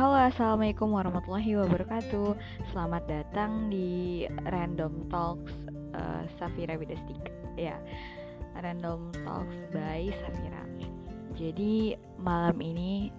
Halo, assalamualaikum warahmatullahi wabarakatuh. Selamat datang di Random Talks Safira Widastika. Ya, Random Talks by Safira. Jadi malam ini,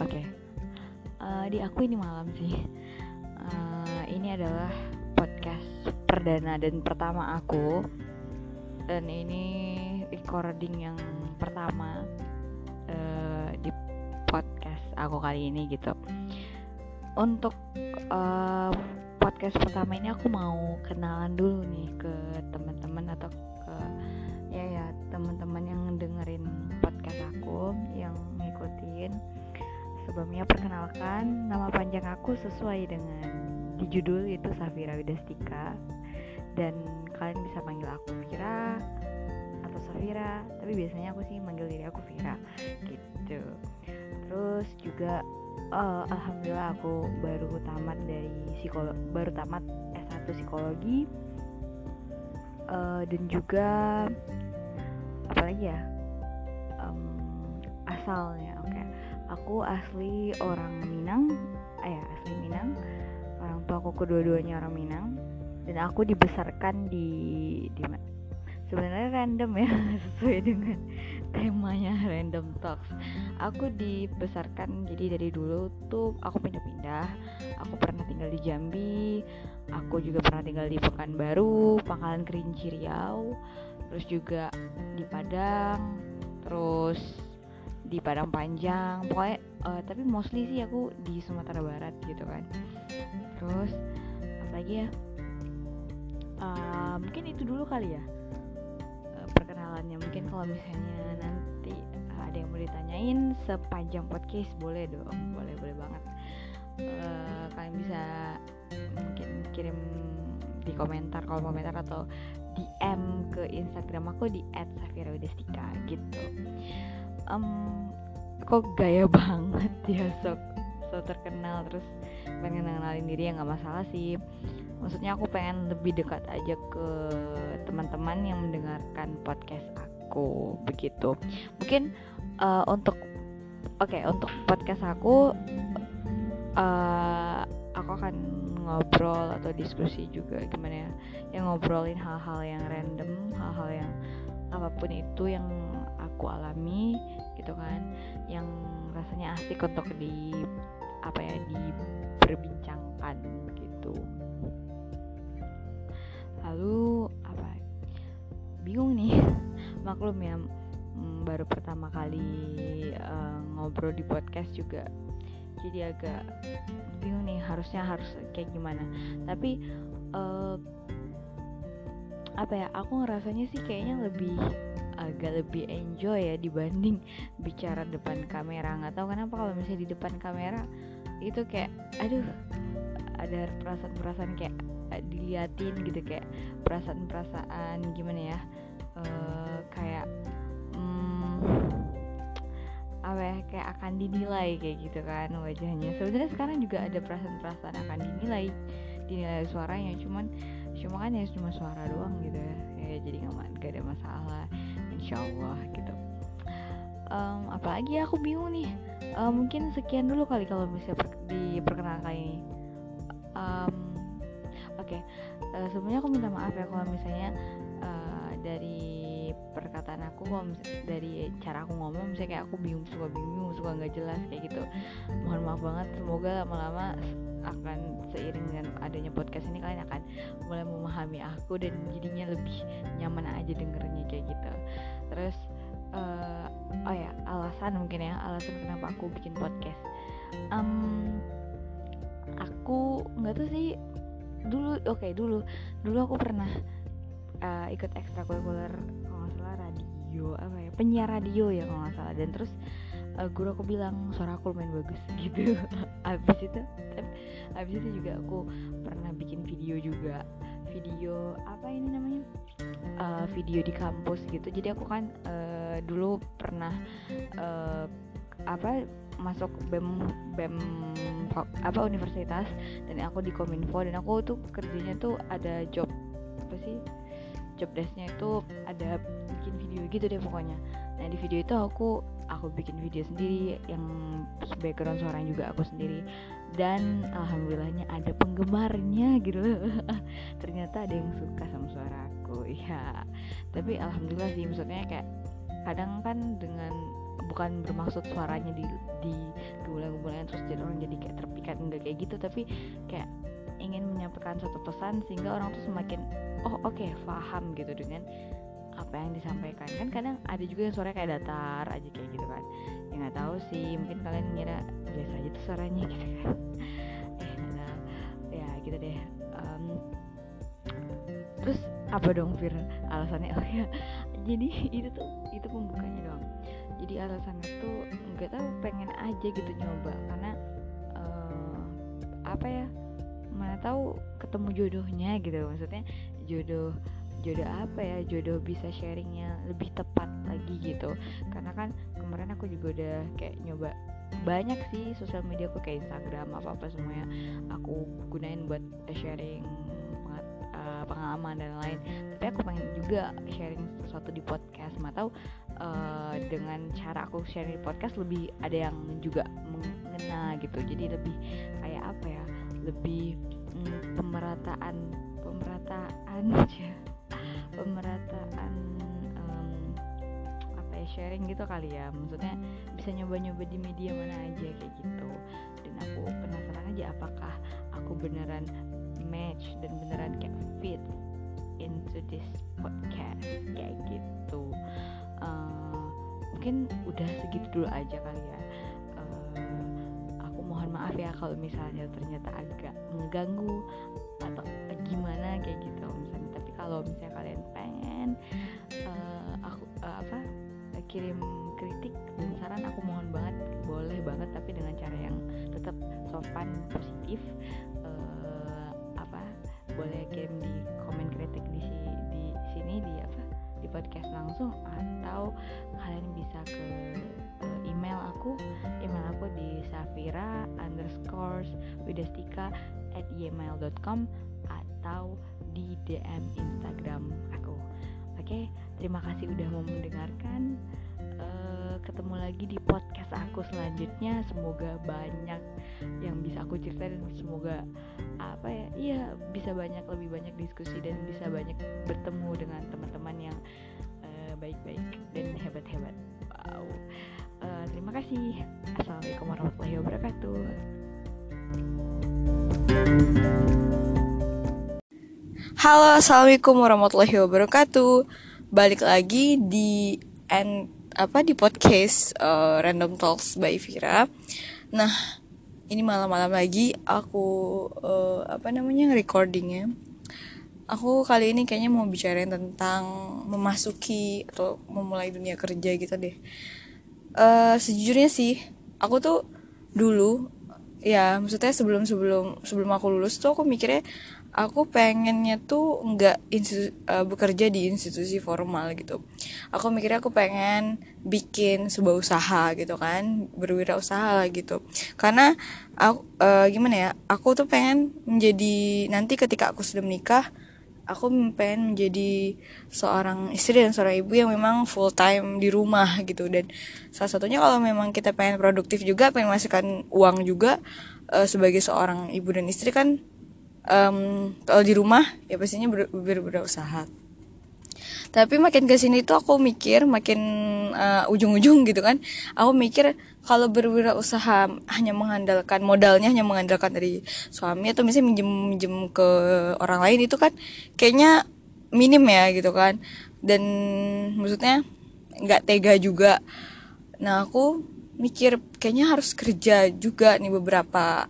di aku ini malam sih. Ini adalah podcast perdana dan pertama aku, dan ini recording yang pertama di podcast aku kali ini gitu. Untuk podcast pertama ini aku mau kenalan dulu nih ke teman-teman atau ke teman-teman yang dengerin podcast aku, yang ngikutin. Sebelumnya perkenalkan, nama panjang aku sesuai dengan di judul itu Safira Widastika, dan kalian bisa panggil aku Vira atau Safira, tapi biasanya aku sih manggil diri aku Vira gitu. Terus juga alhamdulillah aku baru tamat S1 psikologi, dan juga apalagi ya, asalnya aku asli orang Minang, asli Minang. Orang tua aku kedua-duanya orang Minang, dan aku dibesarkan di sebenarnya random ya, sesuai dengan temanya Random Talks. Aku dibesarkan, jadi dari dulu tuh aku pindah-pindah. Aku pernah tinggal di Jambi, aku juga pernah tinggal di Pekanbaru, Pangkalan Kerinci, Riau, terus juga di Padang, terus di Padang Panjang, pokoknya tapi mostly sih aku di Sumatera Barat gitu kan. Terus apa lagi ya, mungkin itu dulu kali ya perkenalannya. Mungkin kalau misalnya nanti ada yang mau ditanyain sepanjang podcast, boleh dong, boleh banget. Kalian bisa mungkin kirim di komentar, kolom komentar, atau DM ke Instagram aku di @safirawidastika gitu. Kok gaya banget ya, so terkenal terus pengen kenalin diri, ya nggak masalah sih. Maksudnya aku pengen lebih dekat aja ke teman-teman yang mendengarkan podcast aku begitu. Mungkin untuk podcast aku akan ngobrol atau diskusi juga, gimana ya, yang ngobrolin hal-hal yang random, hal-hal yang apapun itu yang aku alami gitu kan, yang rasanya asik untuk diperbincangkan gitu. Lalu bingung nih, maklum ya, baru pertama kali ngobrol di podcast juga, jadi agak bingung nih harus kayak gimana. Tapi aku ngerasanya sih kayaknya agak lebih enjoy ya dibanding bicara depan kamera. Nggak tahu kenapa, kalau misalnya di depan kamera itu kayak ada perasaan kayak diliatin gitu, kayak perasaan gimana ya, kayak kayak akan dinilai kayak gitu kan wajahnya. Sebenarnya sekarang juga ada perasaan akan dinilai suaranya, cuma kan ya cuma suara doang gitu ya, jadi nggak ada masalah insyaallah gitu. Apalagi aku bingung nih. Mungkin sekian dulu kali kalau bisa di perkenalan kali ini. Sebelumnya aku minta maaf ya kalau misalnya dari perkataan aku, dari cara aku ngomong misalnya kayak aku suka nggak jelas kayak gitu. Mohon maaf banget. Semoga lama-lama akan seiring dengan adanya podcast ini, kalian akan mulai memahami aku dan jadinya lebih nyaman aja dengernya kayak gitu. Terus alasan kenapa aku bikin podcast. Aku nggak tahu sih, dulu aku pernah ikut ekstrakurikuler, kalau nggak salah radio, penyiar radio ya kalau nggak salah. Dan terus guru aku bilang suara aku lumayan bagus gitu. Abis itu juga aku pernah bikin video juga, video video di kampus gitu. Jadi aku kan dulu pernah masuk BEM universitas, dan aku di Kominfo, dan aku tuh kerjanya tuh ada job desknya itu ada bikin video gitu deh pokoknya. Nah di video itu aku aku bikin video sendiri, yang background suaranya juga aku sendiri, dan alhamdulillahnya ada penggemarnya gitu loh. Ternyata ada yang suka sama suara aku ya. Tapi alhamdulillah sih, maksudnya kayak kadang kan dengan bukan bermaksud suaranya di gemblang-gemblangin terus jadi orang jadi kayak terpikat, enggak kayak gitu, tapi kayak ingin menyampaikan satu pesan sehingga orang tuh semakin oke, paham gitu dengan apa yang disampaikan. Kan kadang ada juga yang suaranya kayak datar aja kayak gitu kan, ya nggak tahu sih, mungkin kalian ngira biasa aja tuh suaranya gitu kan. Ya gitu deh. Terus apa dong Fir alasannya? Oh ya, jadi itu pembukanya doang. Jadi alasannya tuh nggak tahu, pengen aja gitu nyoba, karena apa ya, mana tahu ketemu jodohnya gitu. Maksudnya jodoh apa ya, jodoh bisa sharingnya lebih tepat lagi gitu. Karena kan kemarin aku juga udah kayak nyoba banyak sih sosial media aku, kayak Instagram apa semuanya aku gunain buat sharing pengalaman dan lain. Tapi aku pengen juga sharing sesuatu di podcast. Tahu dengan cara aku sharing di podcast lebih ada yang juga mengena gitu. Jadi lebih kayak apa ya, lebih pemerataan aja. Apa ya, sharing gitu kali ya. Maksudnya bisa nyoba-nyoba di media mana aja kayak gitu. Dan aku penasaran aja apakah aku beneran match dan beneran kayak fit into this podcast kayak gitu. Mungkin udah segitu dulu aja kali ya. Aku mohon maaf ya kalau misalnya ternyata agak mengganggu atau gimana kayak gitu misalnya. Tapi kalau misalnya kalian pengen aku kirim kritik dan saran, aku mohon banget, boleh banget, tapi dengan cara yang tetap sopan, positif. Boleh kirim di komen kritik di sini di podcast langsung, atau kalian bisa ke email aku di safira_widastika@gmail.com atau di DM Instagram aku. Oke, terima kasih udah mau mendengarkan. Ketemu lagi di podcast aku selanjutnya. Semoga banyak yang bisa aku ceritain, dan semoga bisa lebih banyak diskusi, dan bisa banyak bertemu dengan teman-teman yang baik-baik dan hebat-hebat. Wow. Terima kasih. Assalamualaikum warahmatullahi wabarakatuh. Halo, assalamualaikum warahmatullahi wabarakatuh. Balik lagi di podcast Random Talks by Vira. Nah, ini malam-malam lagi aku recordingnya. Aku kali ini kayaknya mau bicarain tentang memasuki atau memulai dunia kerja gitu deh. Sejujurnya sih, aku tuh dulu ya, maksudnya sebelum aku lulus tuh aku mikirnya aku pengennya tuh nggak bekerja di institusi formal gitu. Aku mikirnya aku pengen bikin sebuah usaha gitu kan, berwirausaha lah gitu. Karena aku aku tuh pengen menjadi, nanti ketika aku sudah menikah, aku pengen menjadi seorang istri dan seorang ibu yang memang full time di rumah gitu. Dan salah satunya kalau memang kita pengen produktif juga, pengen menghasilkan uang juga, sebagai seorang ibu dan istri kan, kalau di rumah ya pastinya berusaha. Tapi makin kesini tuh aku mikir, makin ujung-ujung gitu kan, aku mikir kalau berwirausaha modalnya hanya mengandalkan dari suami, atau misalnya minjem ke orang lain, itu kan kayaknya minim ya gitu kan. Dan maksudnya nggak tega juga. Nah, aku mikir kayaknya harus kerja juga nih beberapa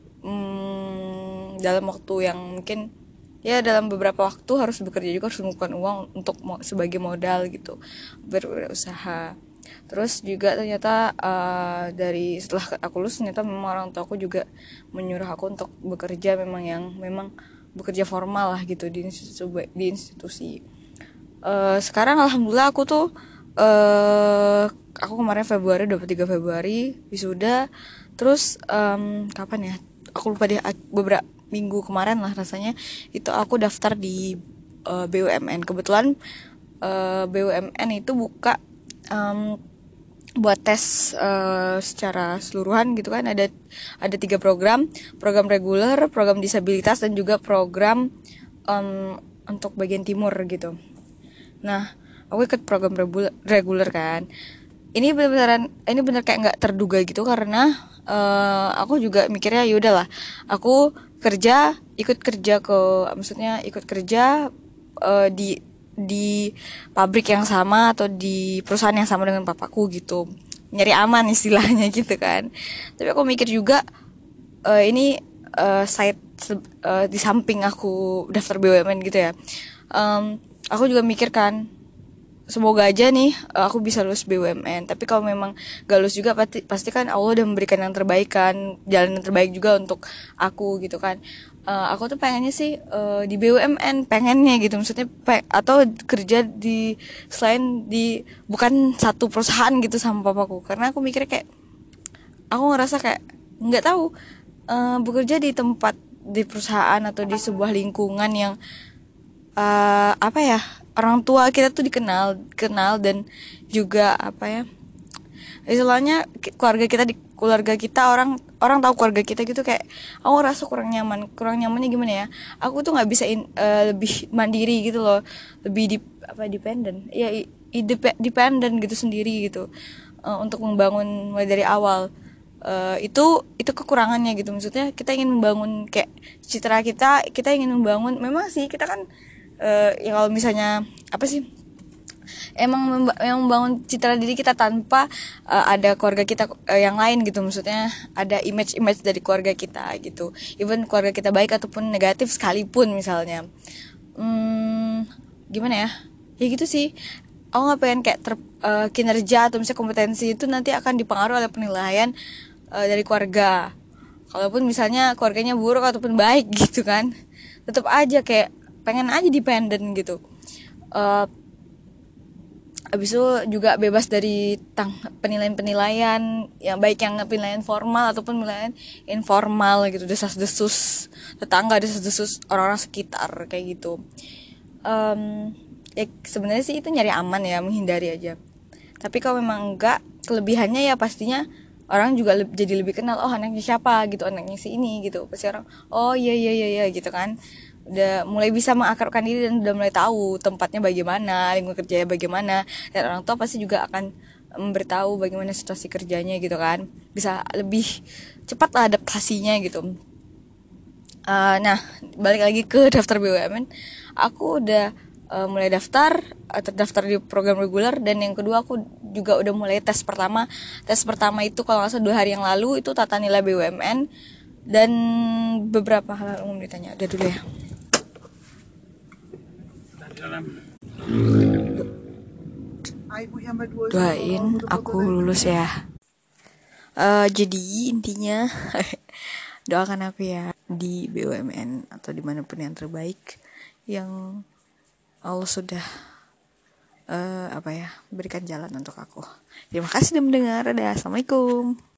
dalam waktu yang mungkin ya, dalam beberapa waktu harus bekerja juga, harus mengumpulkan uang untuk sebagai modal gitu, berusaha. Terus juga ternyata dari setelah aku lulus, ternyata memang orang tua aku juga menyuruh aku untuk bekerja memang bekerja formal lah gitu di institusi. Sekarang alhamdulillah aku tuh aku kemarin 23 Februari wisuda. Terus kapan ya, aku lupa deh, beberapa minggu kemarin lah rasanya, itu aku daftar di BUMN. Kebetulan BUMN itu buka buat tes secara keseluruhan gitu kan. Ada 3 program reguler, program disabilitas, dan juga program untuk bagian timur gitu. Nah, aku ikut program reguler kan. Ini bener kayak nggak terduga gitu, karena aku juga mikirnya ya udahlah, aku ikut kerja maksudnya ikut kerja di pabrik yang sama atau di perusahaan yang sama dengan papaku gitu, nyari aman istilahnya gitu kan. Tapi aku mikir juga ini side di samping aku daftar BUMN gitu ya. Aku juga mikir kan, semoga aja nih aku bisa lulus BUMN. Tapi kalau memang gak lulus juga, pasti kan Allah udah memberikan yang terbaik kan, jalan yang terbaik juga untuk aku gitu kan. Aku tuh pengennya sih di BUMN, pengennya gitu, maksudnya atau kerja di selain di bukan satu perusahaan gitu sama papaku, karena aku mikirnya kayak, aku ngerasa kayak nggak tahu, bekerja di perusahaan atau di sebuah lingkungan yang apa ya, orang tua kita tuh kenal dan juga apa ya, istilahnya keluarga kita orang tahu keluarga kita gitu. Kayak aku ngerasa kurang nyamannya gimana ya, aku tuh nggak bisa lebih mandiri gitu loh, lebih dependent ya, dependent gitu sendiri gitu, untuk membangun mulai dari awal. Itu kekurangannya gitu, maksudnya kita ingin membangun kayak citra kita ingin membangun, memang sih kita kan ya kalau misalnya apa sih, emang membangun citra diri kita tanpa ada keluarga kita yang lain gitu, maksudnya ada image dari keluarga kita gitu, even keluarga kita baik ataupun negatif sekalipun misalnya. Gimana ya, ya gitu sih. Aku nggak pengen kayak kinerja atau misalnya kompetensi itu nanti akan dipengaruhi oleh penilaian dari keluarga. Kalaupun misalnya keluarganya buruk ataupun baik gitu kan, tetap aja kayak pengen aja dependen gitu. Abis itu juga bebas dari penilaian-penilaian yang baik, yang penilaian formal ataupun penilaian informal gitu, desas-desus tetangga, desas-desus orang-orang sekitar kayak gitu. Ya sebenarnya sih itu nyari aman ya, menghindari aja. Tapi kalau memang enggak, kelebihannya ya pastinya orang juga jadi lebih kenal, oh anaknya siapa gitu, anaknya si ini gitu, pasti orang oh iya iya iya, iya gitu kan, udah mulai bisa mengakrabkan diri dan udah mulai tahu tempatnya bagaimana, lingkungan kerjanya bagaimana, dan orang tua pasti juga akan memberitahu bagaimana situasi kerjanya gitu kan, bisa lebih cepat lah adaptasinya gitu. Nah, balik lagi ke daftar BUMN, aku udah mulai terdaftar di program reguler, dan yang kedua aku juga udah mulai tes pertama. Tes pertama itu kalau nggak salah 2 hari yang lalu, itu tata nilai BUMN dan beberapa hal umum ditanya. Udah dulu ya. Doain aku lulus ya. Jadi intinya doakan aku ya di BUMN atau dimanapun yang terbaik yang Allah sudah berikan jalan untuk aku. Terima kasih sudah mendengar. Assalamualaikum.